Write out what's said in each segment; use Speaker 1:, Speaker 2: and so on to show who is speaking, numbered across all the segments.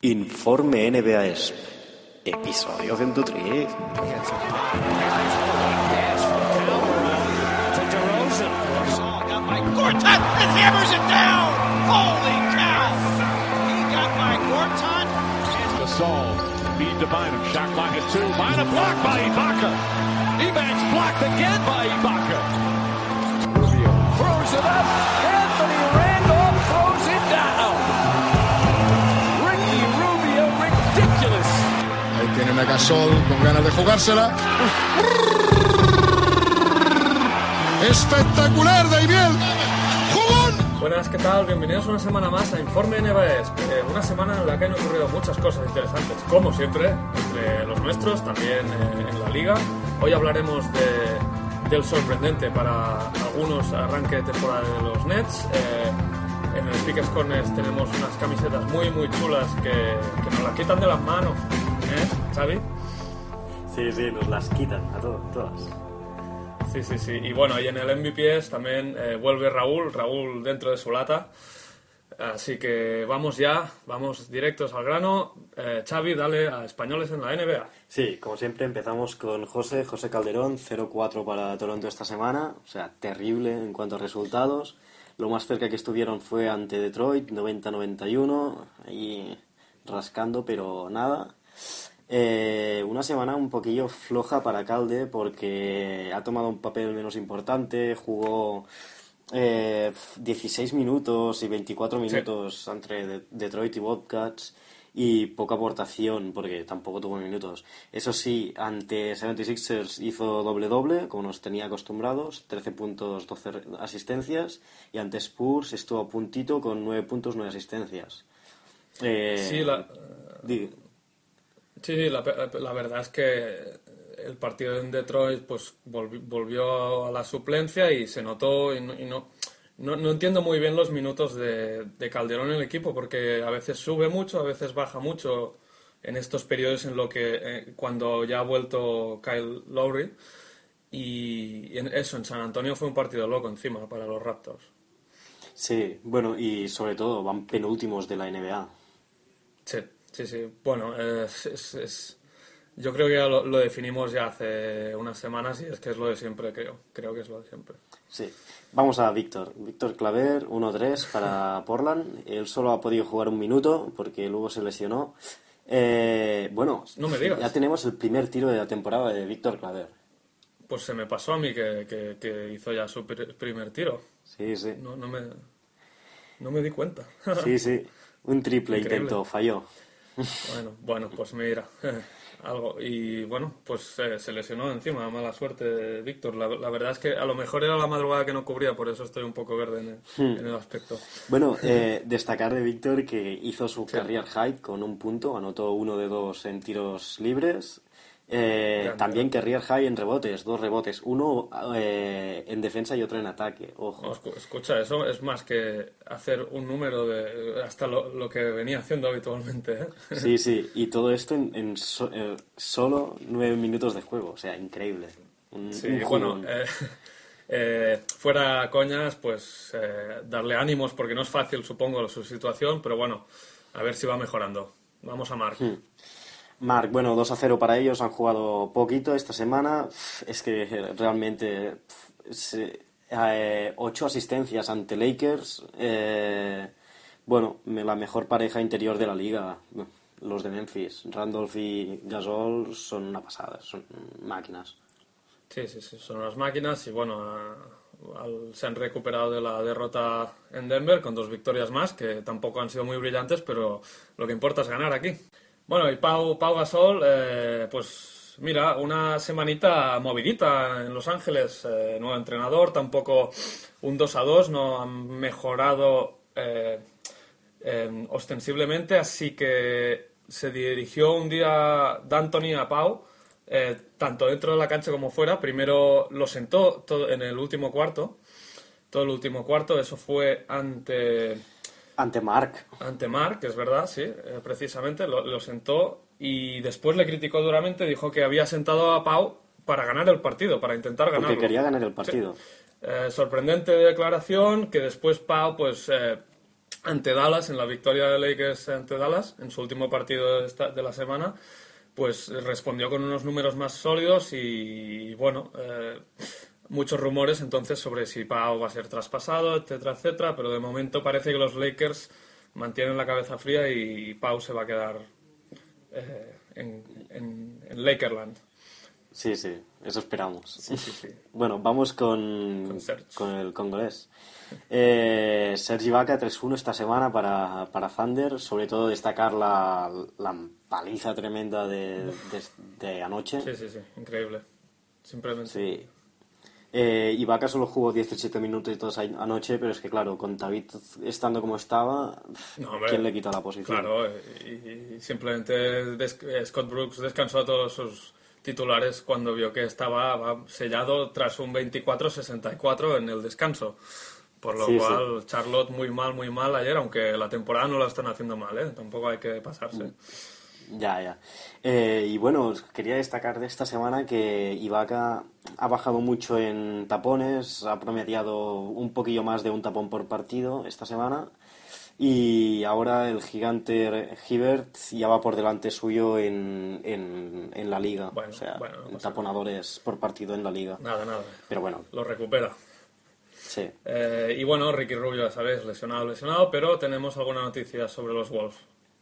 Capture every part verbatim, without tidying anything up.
Speaker 1: Informe N B A E S P, episodio ciento tres.
Speaker 2: Gortat and hammers it down. Holy cow! He got by Gortat.
Speaker 3: Gasol, feed to Bynum. Shot clock at two. Bynum blocked by Ibaka. Ebanks blocked again by Ibaka. Rubio throws it up. Anthony Randolph throws it down. Ricky Rubio, ridiculous.
Speaker 4: Ahí tienen a Gasol con ganas de jugársela. Espectacular, Daimiel. ¡Jugón!
Speaker 5: Buenas, ¿qué tal? Bienvenidos una semana más a Informe N B A E S P. Eh, una semana en la que han ocurrido muchas cosas interesantes, como siempre, entre los nuestros, también eh, en la liga. Hoy hablaremos de, del sorprendente para algunos arranque de temporada de los Nets. Eh, en el Speakers Corner tenemos unas camisetas muy, muy chulas que, que nos las quitan de las manos. ¿Eh, Xavi?
Speaker 1: Sí, sí, nos las quitan a to- todas.
Speaker 5: Sí, sí, sí. Y bueno, y en el M V P S también eh, vuelve Raúl, Raúl dentro de su lata. Así que vamos ya, vamos directos al grano. Eh, Xavi, dale a españoles en la N B A.
Speaker 1: Sí, como siempre empezamos con José, José Calderón, cero cuatro para Toronto esta semana, o sea, terrible en cuanto a resultados. Lo más cerca que estuvieron fue ante Detroit, noventa a noventa y uno, ahí rascando, pero nada. Eh, una semana un poquillo floja para Calde porque ha tomado un papel menos importante, jugó eh, dieciséis minutos y veinticuatro minutos sí. entre de- Detroit y Bobcats y poca aportación porque tampoco tuvo minutos. Eso sí, ante setenta y seis ers hizo doble-doble, como nos tenía acostumbrados, trece puntos, doce asistencias, y ante Spurs estuvo a puntito con nueve puntos, nueve asistencias. Eh,
Speaker 5: Sí, la...
Speaker 1: di-
Speaker 5: Sí, sí, la, la verdad es que el partido en Detroit pues volvi- volvió a la suplencia y se notó y no, y no, no, no entiendo muy bien los minutos de, de Calderón en el equipo porque a veces sube mucho, a veces baja mucho en estos periodos en lo que eh, cuando ya ha vuelto Kyle Lowry y, y en eso en San Antonio fue un partido loco encima para los Raptors.
Speaker 1: Sí, bueno, y sobre todo van penúltimos de la N B A.
Speaker 5: Sí, sí, sí. Bueno, es, es, es- yo creo que ya lo, lo definimos ya hace unas semanas y es que es lo de siempre, creo. Creo que es lo de siempre.
Speaker 1: Sí. Vamos a Víctor. Víctor Claver, uno tres para Portland. Él solo ha podido jugar un minuto porque luego se lesionó. Eh, bueno,
Speaker 5: No me digas.
Speaker 1: ya tenemos el primer tiro de la temporada de Víctor Claver.
Speaker 5: Pues se me pasó a mí que, que, que hizo ya su pr- primer tiro.
Speaker 1: Sí, sí.
Speaker 5: No, no me, no me di cuenta.
Speaker 1: Sí, sí. Un triple
Speaker 5: Increíble.
Speaker 1: intento, falló.
Speaker 5: Bueno, bueno, pues mira, algo. Y bueno, pues eh, se lesionó encima, mala suerte de Víctor. La, la verdad es que a lo mejor era la madrugada que no cubría, por eso estoy un poco verde en el, en el aspecto.
Speaker 1: Bueno, eh, destacar de Víctor que hizo su career high con un punto, anotó uno de dos en tiros libres. Eh,
Speaker 5: Grande.
Speaker 1: también career high en rebotes, dos rebotes, uno eh, en defensa y otro en ataque. Ojo.
Speaker 5: No, escu- escucha, eso es más que hacer un número de hasta lo, lo que venía haciendo habitualmente, ¿eh?
Speaker 1: Sí, sí, y todo esto en, en so- eh, solo nueve minutos de juego, o sea, increíble. Un,
Speaker 5: Sí,
Speaker 1: un
Speaker 5: bueno,
Speaker 1: jugón.
Speaker 5: eh, eh, fuera coñas, pues eh, darle ánimos porque no es fácil, supongo, su situación, pero bueno, a ver si va mejorando. Vamos a Marc.
Speaker 1: Marc, bueno, dos a cero para ellos, han jugado poquito esta semana. Pff, Es que eh, realmente pff, se- eh, ocho asistencias ante Lakers. eh, bueno, me- la mejor pareja interior de la liga, los de Memphis. Randolph y Gasol son una pasada, son máquinas.
Speaker 5: Sí, sí, sí, son unas máquinas y bueno, a- al- se han recuperado de la derrota en Denver con dos victorias más, que tampoco han sido muy brillantes, pero lo que importa es ganar aquí. Bueno, y Pau, Pau Gasol, eh, pues mira, una semanita movidita en Los Ángeles, eh, nuevo entrenador, tampoco un dos a dos, no han mejorado eh, eh, ostensiblemente, así que se dirigió un día D'Antoni a Pau, eh, tanto dentro de la cancha como fuera. Primero lo sentó todo en el último cuarto, todo el último cuarto, eso fue ante...
Speaker 1: Ante Marc.
Speaker 5: Ante Marc, es verdad, sí, eh, precisamente, lo, lo sentó y después le criticó duramente, dijo que había sentado a Pau para ganar el partido, para intentar ganarlo.
Speaker 1: Porque quería ganar el partido.
Speaker 5: Sí. Eh, sorprendente declaración, que después Pau, pues, eh, ante Dallas, en la victoria de Lakers ante Dallas, en su último partido de, esta, de la semana, pues respondió con unos números más sólidos y, bueno, eh, muchos rumores entonces sobre si Pau va a ser traspasado, etcétera, etcétera, pero de momento parece que los Lakers mantienen la cabeza fría y Pau se va a quedar eh, en, en, en Lakerland.
Speaker 1: Sí, sí, eso esperamos.
Speaker 5: Sí, sí, sí.
Speaker 1: Bueno, vamos con,
Speaker 5: Con Serge.
Speaker 1: con el congolés. Eh, Serge Ibaka tres uno esta semana para, para Thunder, sobre todo destacar la, la paliza tremenda de, de, de anoche.
Speaker 5: Sí, sí, sí, increíble. Simplemente.
Speaker 1: Sí. Eh, Ibaka solo jugó diecisiete minutos anoche, pero es que claro, con David estando como estaba,
Speaker 5: No, hombre,
Speaker 1: ¿quién le quita la posición?
Speaker 5: Claro, y, y simplemente des- Scott Brooks descansó a todos sus titulares cuando vio que estaba sellado tras un veinticuatro sesenta y cuatro en el descanso. Por lo
Speaker 1: Sí,
Speaker 5: cual,
Speaker 1: sí.
Speaker 5: Charlotte muy mal, muy mal ayer, aunque la temporada no la están haciendo mal, ¿eh? Tampoco hay que pasarse.
Speaker 1: Ya, ya. Eh, y bueno, quería destacar de esta semana que Ibaka ha bajado mucho en tapones, ha promediado un poquillo más de un tapón por partido esta semana y ahora el gigante Hibbert ya va por delante suyo en, en, en la liga,
Speaker 5: Bueno,
Speaker 1: o sea,
Speaker 5: bueno, no
Speaker 1: en
Speaker 5: pasa
Speaker 1: taponadores por partido en la liga.
Speaker 5: Nada, nada.
Speaker 1: Pero bueno,
Speaker 5: Lo recupera.
Speaker 1: sí.
Speaker 5: Eh, y bueno, Ricky Rubio, ya sabéis, lesionado, lesionado, pero tenemos alguna noticia sobre los Wolves.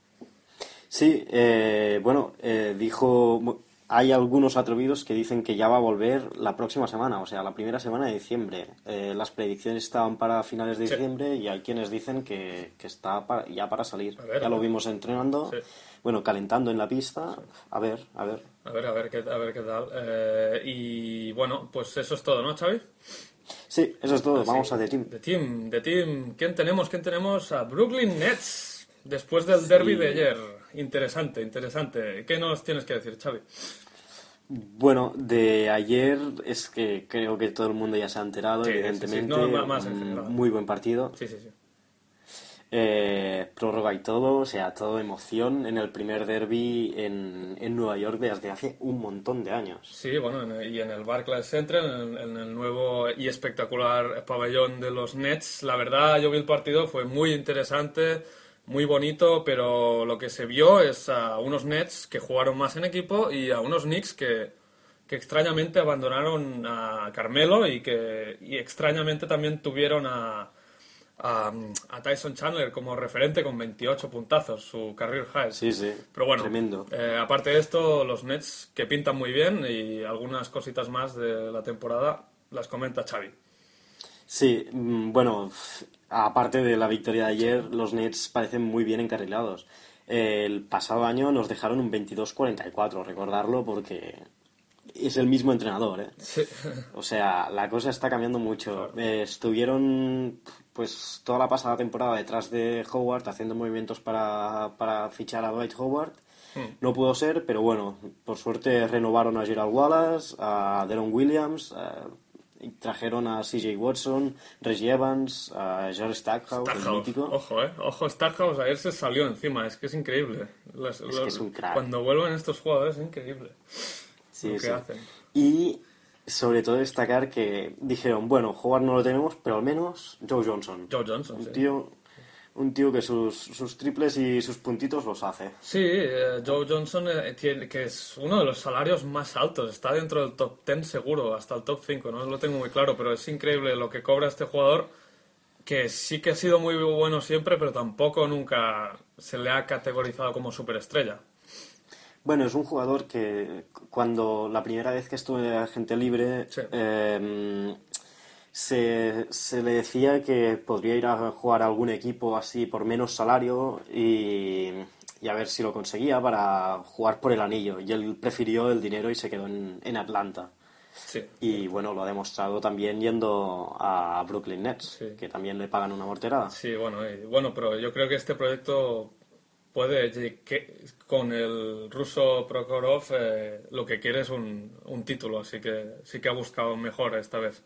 Speaker 1: Sí, eh, bueno, eh, dijo, hay algunos atrevidos que dicen que ya va a volver la próxima semana, o sea, la primera semana de diciembre. Eh, las predicciones estaban para finales de
Speaker 5: Sí.
Speaker 1: diciembre y hay quienes dicen que, que está pa- ya para salir.
Speaker 5: A ver,
Speaker 1: ya
Speaker 5: a
Speaker 1: lo
Speaker 5: ver.
Speaker 1: vimos entrenando,
Speaker 5: Sí.
Speaker 1: bueno, calentando en la pista. A ver, a ver.
Speaker 5: A ver, a ver qué, a ver qué tal. Eh, y bueno, pues eso es todo, ¿no, Xavi?
Speaker 1: Sí, eso es todo,
Speaker 5: Así,
Speaker 1: vamos a The Team.
Speaker 5: The Team, The Team. ¿Quién tenemos? ¿Quién tenemos? A Brooklyn Nets, después del derby de ayer. Interesante, interesante. ¿Qué nos tienes que decir, Xavi?
Speaker 1: Bueno, de ayer es que creo que todo el mundo ya se ha enterado,
Speaker 5: Sí,
Speaker 1: evidentemente.
Speaker 5: sí, sí. No, más en
Speaker 1: un
Speaker 5: general.
Speaker 1: muy buen partido.
Speaker 5: Sí, sí, sí.
Speaker 1: Eh, prórroga y todo, o sea, todo emoción en el primer derby en, en Nueva York desde hace un montón de años.
Speaker 5: Sí, bueno, en- y en el Barclays Center, en el, en el nuevo y espectacular pabellón de los Nets. La verdad, yo vi el partido, fue muy interesante, muy bonito, pero lo que se vio es a unos Nets que jugaron más en equipo y a unos Knicks que, que extrañamente abandonaron a Carmelo y que y extrañamente también tuvieron a, a, a Tyson Chandler como referente con veintiocho puntazos, su career high.
Speaker 1: Sí, sí,
Speaker 5: Pero bueno,
Speaker 1: tremendo.
Speaker 5: eh, aparte de esto, los Nets que pintan muy bien y algunas cositas más de la temporada las comenta Xavi.
Speaker 1: Sí, mm, bueno, f- aparte de la victoria de ayer, los Nets parecen muy bien encarrilados. Eh, el pasado año nos dejaron un veintidós cuarenta y cuatro, recordarlo porque es el mismo entrenador, ¿eh?
Speaker 5: Sí.
Speaker 1: O sea, la cosa está cambiando mucho. Eh, estuvieron pues toda la pasada temporada detrás de Howard haciendo movimientos para, para fichar a Dwight Howard. No pudo ser, pero bueno, por suerte renovaron a Gerald Wallace, a Deron Williams, a- y trajeron a C J Watson, Reggie Evans, a George Stackhouse, el
Speaker 5: Stackhouse,
Speaker 1: mítico.
Speaker 5: ojo, eh. Ojo, Stackhouse ayer se salió encima, es que es increíble. Las-
Speaker 1: Es
Speaker 5: los-
Speaker 1: que es un crack.
Speaker 5: Cuando vuelven estos jugadores es increíble
Speaker 1: Sí,
Speaker 5: lo que
Speaker 1: sí.
Speaker 5: hacen.
Speaker 1: Y sobre todo destacar que dijeron, bueno, Howard no lo tenemos, pero al menos Joe Johnson.
Speaker 5: Joe Johnson,
Speaker 1: Un
Speaker 5: sí.
Speaker 1: tío, un tío que sus, sus triples y sus puntitos los hace.
Speaker 5: Sí, eh, Joe Johnson, eh, tiene, que es uno de los salarios más altos, está dentro del top diez seguro, hasta el top cinco, no lo tengo muy claro, pero es increíble lo que cobra este jugador, que sí que ha sido muy bueno siempre, pero tampoco nunca se le ha categorizado como superestrella.
Speaker 1: Bueno, es un jugador que cuando la primera vez que estuve de agente libre
Speaker 5: Sí.
Speaker 1: eh, se, se le decía que podría ir a jugar a algún equipo así por menos salario y, y a ver si lo conseguía para jugar por el anillo. Y él prefirió el dinero y se quedó en, en Atlanta.
Speaker 5: Sí.
Speaker 1: Y bueno, lo ha demostrado también yendo a Brooklyn Nets,
Speaker 5: Sí.
Speaker 1: que también le pagan una morterada.
Speaker 5: Sí, bueno, y- bueno, pero yo creo que este proyecto puede, que con el ruso Prokhorov eh, lo que quiere es un, un título, así que sí que ha buscado mejor esta vez.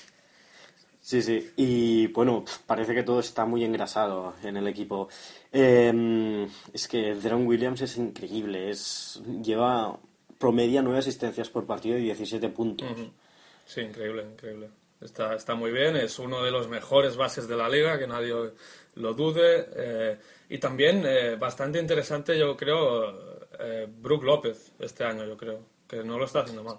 Speaker 1: Sí, sí. Y bueno, pf, parece que todo está muy engrasado en el equipo. Eh, es que Deron Williams es increíble. Es, lleva promedia nueve asistencias por partido y diecisiete puntos.
Speaker 5: Ujú. Sí, increíble, increíble. Está, está muy bien, es uno de los mejores bases de la liga, que nadie, lo dude. Eh, y también, eh, bastante interesante, yo creo, eh, Brook López este año, yo creo, que no lo está haciendo mal.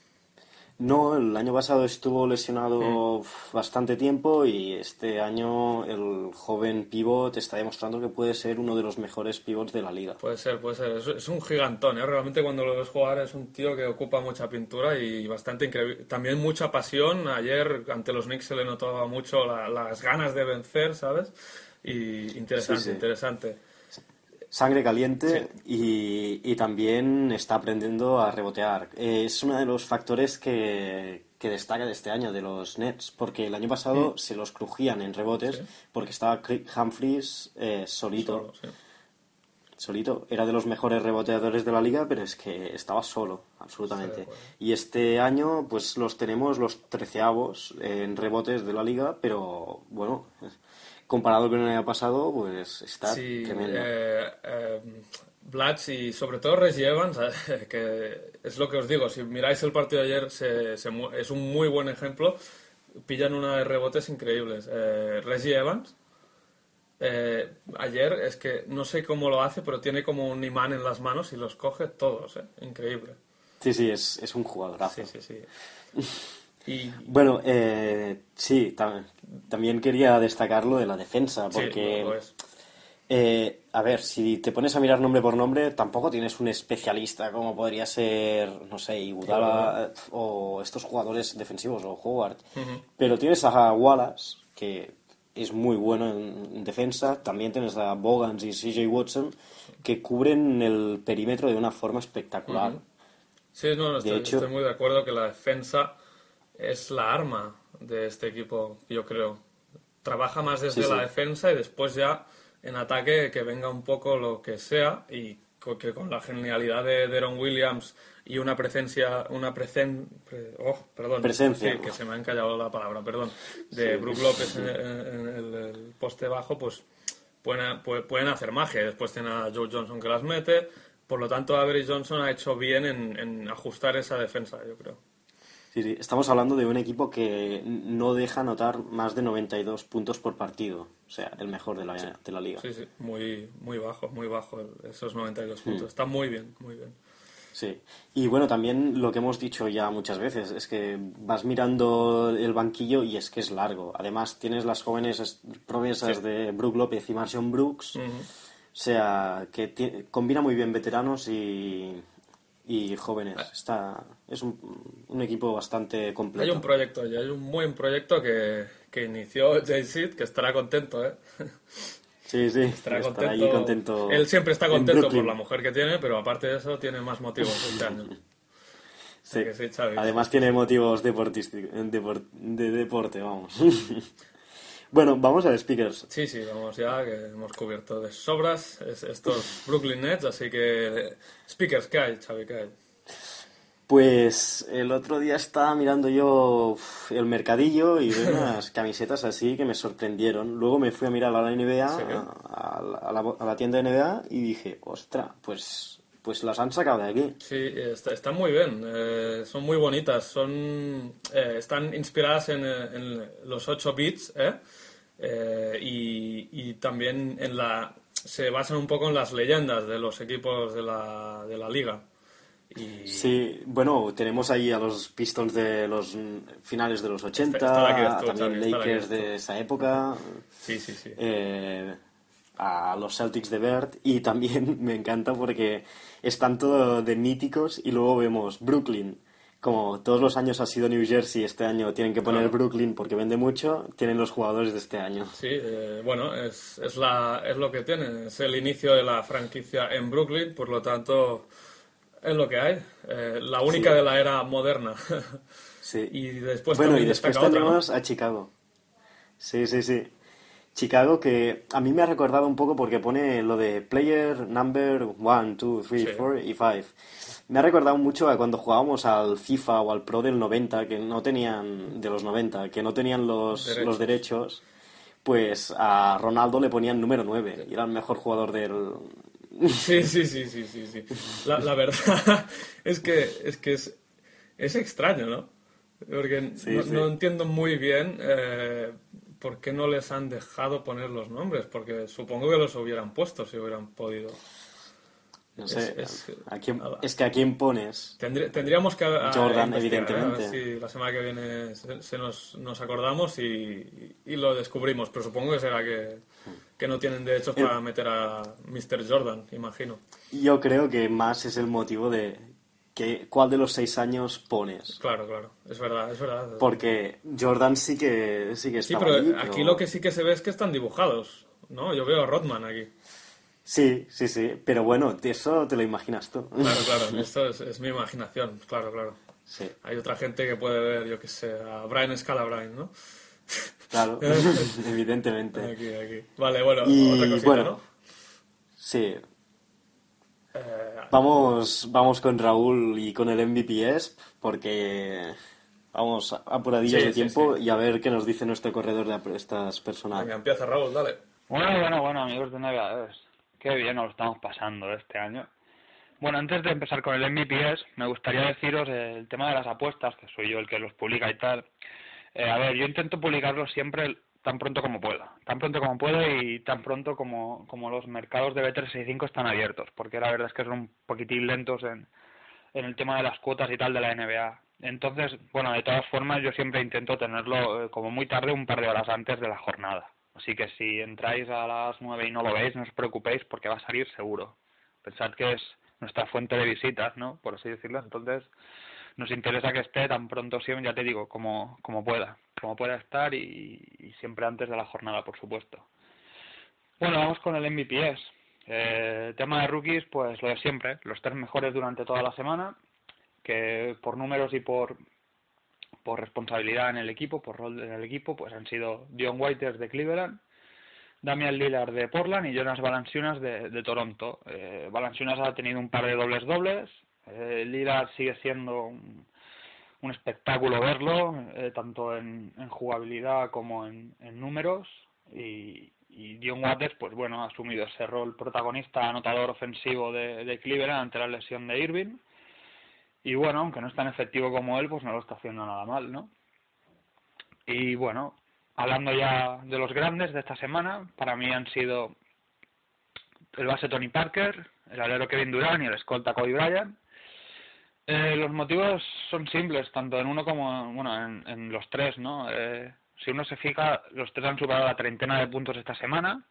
Speaker 1: No, el año pasado estuvo lesionado mm. bastante tiempo y este año el joven pivot está demostrando que puede ser uno de los mejores pivots de la liga.
Speaker 5: Puede ser, puede ser. Es, es un gigantón, ¿eh? Realmente cuando lo ves jugar es un tío que ocupa mucha pintura y bastante increíble. También mucha pasión. Ayer ante los Knicks se le notaba mucho la, las ganas de vencer, ¿sabes? Y interesante, sí, sí. interesante.
Speaker 1: Sangre caliente sí. y, y también está aprendiendo a rebotear. Eh, es uno de los factores que, que destaca de este año de los Nets, porque el año pasado sí. se los crujían en rebotes sí. porque estaba Humphries eh, solito. Solo, sí. Solito. Era de los mejores reboteadores de la liga, pero es que estaba solo, absolutamente. Sí, bueno. Y este año pues los tenemos los treceavos en rebotes de la liga, pero bueno... comparado con el año pasado, pues está
Speaker 5: sí,
Speaker 1: tremendo.
Speaker 5: Eh, eh, Blatch y sobre todo Reggie Evans, eh, que es lo que os digo, si miráis el partido de ayer, se, se, es un muy buen ejemplo. Pillan una de rebotes increíbles. Eh, Reggie Evans, eh, ayer es que no sé cómo lo hace, pero tiene como un imán en las manos y los coge todos, eh, increíble.
Speaker 1: Sí, sí, es, es un jugadorazo.
Speaker 5: Sí, sí, sí. Y...
Speaker 1: Bueno, eh, sí, tam- también quería destacar lo de la defensa, porque,
Speaker 5: sí, lo es.
Speaker 1: eh, a ver, si te pones a mirar nombre por nombre, tampoco tienes un especialista como podría ser, no sé, Iguodala sí, o estos jugadores defensivos, o Howard, uh-huh. pero tienes a Wallace, que es muy bueno en, en defensa, también tienes a Bogans y C J Watson, que cubren el perímetro de una forma espectacular.
Speaker 5: Uh-huh. Sí, no, estoy, de hecho, estoy muy de acuerdo que la defensa es la arma de este equipo, yo creo. Trabaja más desde sí, la sí. defensa y después ya en ataque que venga un poco lo que sea y que con la genialidad de Deron Williams y una presencia, una presen, pre, oh, perdón,
Speaker 1: presencia,
Speaker 5: sí, que se me ha encallado la palabra, perdón, de sí. Brook López en, en el, el poste bajo, pues pueden, pueden hacer magia. Después tiene a Joe Johnson que las mete, por lo tanto Avery Johnson ha hecho bien en, en ajustar esa defensa, yo creo.
Speaker 1: Sí, sí, estamos hablando de un equipo que no deja anotar más de noventa y dos puntos por partido, o sea, el mejor de la,
Speaker 5: sí.
Speaker 1: de la liga.
Speaker 5: Sí, sí, muy, muy bajo, muy bajo esos noventa y dos puntos. Mm. Está muy bien, muy bien.
Speaker 1: Sí, y bueno, también lo que hemos dicho ya muchas veces es que vas mirando el banquillo y es que es largo. Además, tienes las jóvenes promesas sí. de Brook López y Marcion Brooks, uh-huh. o sea, que t- combina muy bien veteranos y... y jóvenes. Está es un, un equipo bastante completo.
Speaker 5: Hay un proyecto, y hay un buen proyecto que, que inició Jay-Z, que estará contento, ¿eh?
Speaker 1: Sí, sí,
Speaker 5: estará,
Speaker 1: estará
Speaker 5: contento.
Speaker 1: Allí contento.
Speaker 5: Él siempre está contento por la mujer que tiene, pero aparte de eso tiene más motivos este año.
Speaker 1: Sí,
Speaker 5: sí Xavi,
Speaker 1: además
Speaker 5: sí.
Speaker 1: tiene motivos deportísticos, de deporte, vamos. Bueno, vamos a speakers.
Speaker 5: Sí, sí, vamos ya, que hemos cubierto de sobras estos Brooklyn Nets, así que speakers, ¿qué hay, Xavi? ¿Qué hay?
Speaker 1: Pues el otro día estaba mirando yo el mercadillo y vi unas camisetas así que me sorprendieron. Luego me fui a mirar a la N B A, ¿sí? a, la, a, la, a la tienda de N B A y dije, ostra, pues... Pues las han sacado de aquí.
Speaker 5: Sí, está, están muy bien, eh, son muy bonitas, son eh, están inspiradas en, en los ocho bits, ¿eh? Eh, y, y también en la se basan un poco en las leyendas de los equipos de la, de la liga. Y...
Speaker 1: Sí, bueno, tenemos ahí a los Pistons de los finales de los ochenta,
Speaker 5: está, está tú,
Speaker 1: también
Speaker 5: Xavi,
Speaker 1: Lakers de esa época.
Speaker 5: Sí, sí, sí.
Speaker 1: Eh, a los Celtics de Bird, y también me encanta porque están todo de míticos y luego vemos Brooklyn, como todos los años ha sido New Jersey, este año tienen que poner claro. Brooklyn porque vende mucho, tienen los jugadores de este año.
Speaker 5: Sí, eh, bueno, es, es, la, es lo que tiene, es el inicio de la franquicia en Brooklyn, por lo tanto es lo que hay, eh, la única sí. de la era moderna.
Speaker 1: Sí.
Speaker 5: Y después
Speaker 1: bueno,
Speaker 5: también
Speaker 1: y después
Speaker 5: otra,
Speaker 1: tenemos
Speaker 5: ¿no?
Speaker 1: a Chicago. Sí, sí, sí. Chicago, que a mí me ha recordado un poco porque pone lo de player number one, two, three, sí. four y five. Me ha recordado mucho a cuando jugábamos al FIFA o al Pro del noventa, que no tenían, de los noventa, que no tenían los derechos. los derechos, pues a Ronaldo le ponían número nueve y era el mejor jugador del...
Speaker 5: Sí, sí, sí, sí, sí, sí. La, la verdad es que es, que es, es extraño, ¿no? Porque
Speaker 1: sí,
Speaker 5: no,
Speaker 1: sí.
Speaker 5: no entiendo muy bien... Eh, por qué no les han dejado poner los nombres, porque supongo que los hubieran puesto si hubieran podido.
Speaker 1: No sé,
Speaker 5: Es, es,
Speaker 1: ¿a quién, es que ¿a quién pones?
Speaker 5: Tendrí, tendríamos que a,
Speaker 1: Jordan,
Speaker 5: a
Speaker 1: evidentemente.
Speaker 5: ¿eh? A ver si la semana que viene se, se nos, nos acordamos y, y lo descubrimos, pero supongo que será que, que no tienen derechos
Speaker 1: El,
Speaker 5: para meter a mister Jordan, imagino.
Speaker 1: Yo creo que más es el motivo de que cuál de los seis años pones.
Speaker 5: Claro, claro, es verdad, es verdad.
Speaker 1: Porque Jordan sí que sí que está.
Speaker 5: Sí, pero
Speaker 1: ahí,
Speaker 5: aquí
Speaker 1: pero...
Speaker 5: lo que sí que se ve es que están dibujados, ¿no? Yo veo a Rodman aquí.
Speaker 1: Sí, sí, sí, pero bueno, eso te lo imaginas tú.
Speaker 5: Claro, claro, esto es, es mi imaginación, claro, claro.
Speaker 1: Sí.
Speaker 5: Hay otra gente que puede ver, yo qué sé, a Brian Scalabrine, ¿no?
Speaker 1: Claro, evidentemente.
Speaker 5: Aquí, aquí. Vale, bueno,
Speaker 1: y,
Speaker 5: otra cosita,
Speaker 1: bueno,
Speaker 5: ¿no?
Speaker 1: Sí.
Speaker 5: Eh,
Speaker 1: Vamos, vamos con Raúl y con el M V P E S P, porque vamos apuradillos
Speaker 5: Sí,
Speaker 1: de
Speaker 5: sí,
Speaker 1: tiempo
Speaker 5: sí.
Speaker 1: y a ver qué nos dice nuestro corredor de apuestas personal.
Speaker 5: venga, empieza Raúl, dale.
Speaker 6: Bueno, bueno, bueno, amigos de Navidades. Qué bien nos lo estamos pasando este año. Bueno, antes de empezar con el M V P E S, me gustaría deciros el tema de las apuestas, que soy yo el que los publica y tal. Eh, a ver, yo intento publicarlos siempre tan pronto como pueda. Tan pronto como puedo y tan pronto como, como los mercados de B trescientos sesenta y cinco están abiertos, porque la verdad es que son un poquitín lentos en, en el tema de las cuotas y tal de la N B A. Entonces, bueno, de todas formas yo siempre intento tenerlo eh, como muy tarde, un par de horas antes de la jornada. Así que si entráis a las nueve y no lo veis, no os preocupéis porque va a salir seguro. Pensad que es nuestra fuente de visitas, ¿no? Por así decirlo. Entonces, nos interesa que esté tan pronto siempre, ya te digo, como, como pueda. Como pueda estar y, y siempre antes de la jornada, por supuesto. Bueno, vamos con el M V P E S. Eh, tema de rookies, pues lo de siempre. Los tres mejores durante toda la semana, que por números y por... por responsabilidad en el equipo, por rol en el equipo, pues han sido Dion Waiters de Cleveland, Damian Lillard de Portland y Jonas Valanciunas de, de Toronto. Eh, Valanciunas ha tenido un par de dobles dobles, eh, Lillard sigue siendo un, un espectáculo verlo, eh, tanto en, en jugabilidad como en, en números, y, y Dion Waiters, pues bueno, ha asumido ese rol protagonista, anotador ofensivo de, de Cleveland ante la lesión de Irving. Y bueno, aunque no es tan efectivo como él, pues no lo está haciendo nada mal, ¿no? Y bueno, hablando ya de los grandes de esta semana, para mí han sido el base Tony Parker, el alero Kevin Durant y el escolta Kobe Bryant. Eh, los motivos son simples, tanto en uno como bueno en, en los tres, ¿no? Eh, si uno se fija, los tres han superado la treintena de puntos esta semana.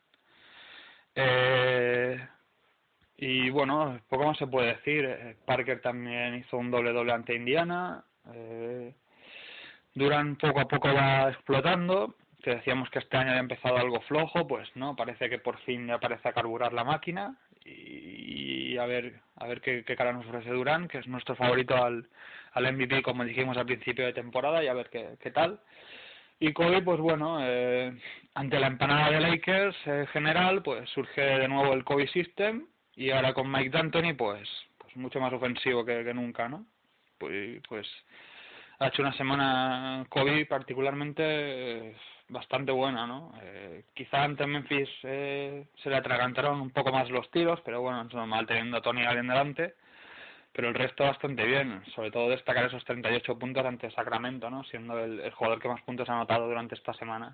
Speaker 6: Eh... Y bueno, poco más se puede decir. Parker también hizo un doble-doble ante Indiana. Eh, Durant poco a poco va explotando. Que decíamos que este año había empezado algo flojo, pues no, parece que por fin ya parece a carburar la máquina. Y, y a ver a ver qué, qué cara nos ofrece Durant, que es nuestro favorito al, al M V P, como dijimos al principio de temporada, y a ver qué, qué tal. Y Kobe, pues bueno, eh, ante la empanada de Lakers en general, pues surge de nuevo el Kobe System. Y ahora con Mike D'Antoni, pues, pues mucho más ofensivo que, que nunca, ¿no? Pues, pues ha hecho una semana Kobe particularmente eh, bastante buena, ¿no? Eh, quizá ante Memphis eh, se le atragantaron un poco más los tiros, pero bueno, es normal teniendo a Tony Allen delante. Pero el resto bastante bien, sobre todo destacar esos treinta y ocho puntos ante Sacramento, ¿no? Siendo el, el jugador que más puntos ha anotado durante esta semana.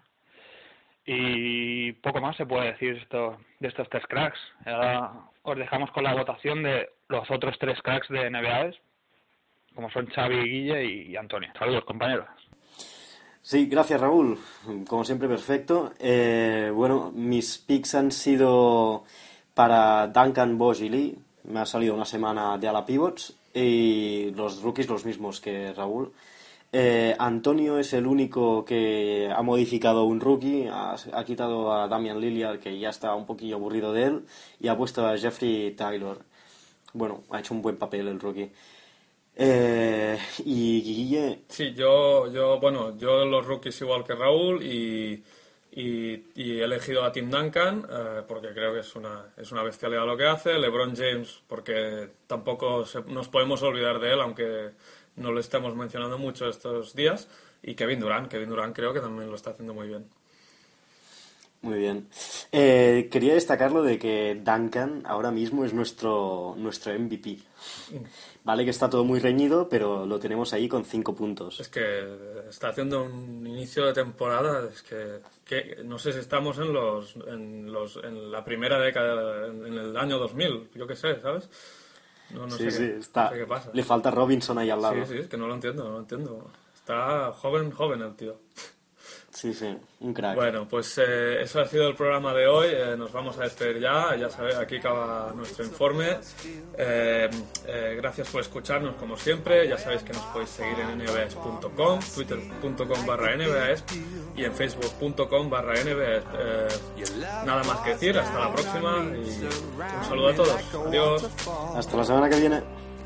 Speaker 6: Y poco más se puede decir esto de estos tres cracks. Ahora os dejamos con la votación de los otros tres cracks de N B A, como son Xavi, Guille y Antonio. Saludos, compañeros.
Speaker 1: Sí, gracias Raúl. Como siempre, perfecto. Eh, bueno, mis picks han sido para Duncan, Bosch y Lee. Me ha salido una semana de ala pivots. Y los rookies los mismos que Raúl. Eh, Antonio es el único que ha modificado un rookie, ha, ha quitado a Damian Lillard, que ya está un poquillo aburrido de él, y ha puesto a Jeffrey Taylor. Bueno, ha hecho un buen papel el rookie. Eh, y Guille...
Speaker 5: Sí, yo, yo, bueno, yo los rookies igual que Raúl y, y, y he elegido a Tim Duncan eh, porque creo que es una, es una bestialidad lo que hace. LeBron James porque tampoco se, nos podemos olvidar de él, aunque no lo estamos mencionando mucho estos días, y Kevin Durant, Kevin Durant creo que también lo está haciendo muy bien.
Speaker 1: Muy bien. Eh, quería destacar lo de que Duncan ahora mismo es nuestro, nuestro M V P. Vale que está todo muy reñido, pero lo tenemos ahí con cinco puntos.
Speaker 5: Es que está haciendo un inicio de temporada, es que, que no sé si estamos en los en los en la primera década, en, en el año dos mil, yo qué sé, ¿sabes? No, no
Speaker 1: sí,
Speaker 5: sé
Speaker 1: sí,
Speaker 5: qué,
Speaker 1: está.
Speaker 5: no sé qué pasa.
Speaker 1: Le falta Robinson ahí al lado.
Speaker 5: Sí, sí, es que no lo entiendo, no lo entiendo. Está joven, joven el tío.
Speaker 1: Sí, sí, un crack.
Speaker 5: Bueno, pues eh, eso ha sido el programa de hoy. Eh, nos vamos a despedir ya. Ya sabéis, aquí acaba nuestro informe. Eh, eh, gracias por escucharnos como siempre. Ya sabéis que nos podéis seguir en N B A S punto com, twitter punto com barra N B A S y en facebook punto com barra N B A S. Eh, nada más que decir. Hasta la próxima y un saludo a todos. Adiós.
Speaker 1: Hasta la semana que viene.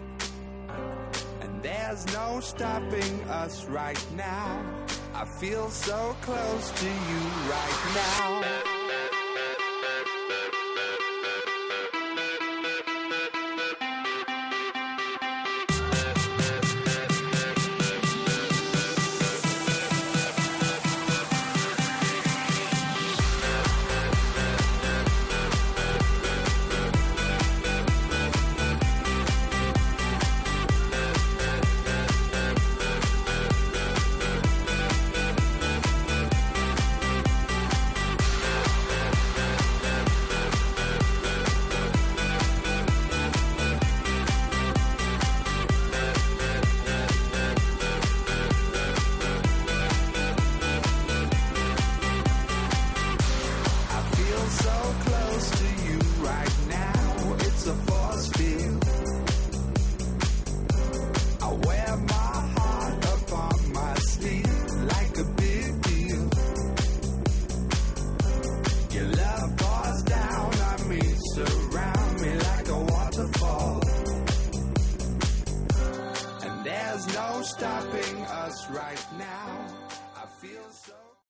Speaker 7: There's no stopping us right now. I feel so close to you right now. Stopping us right now. I feel so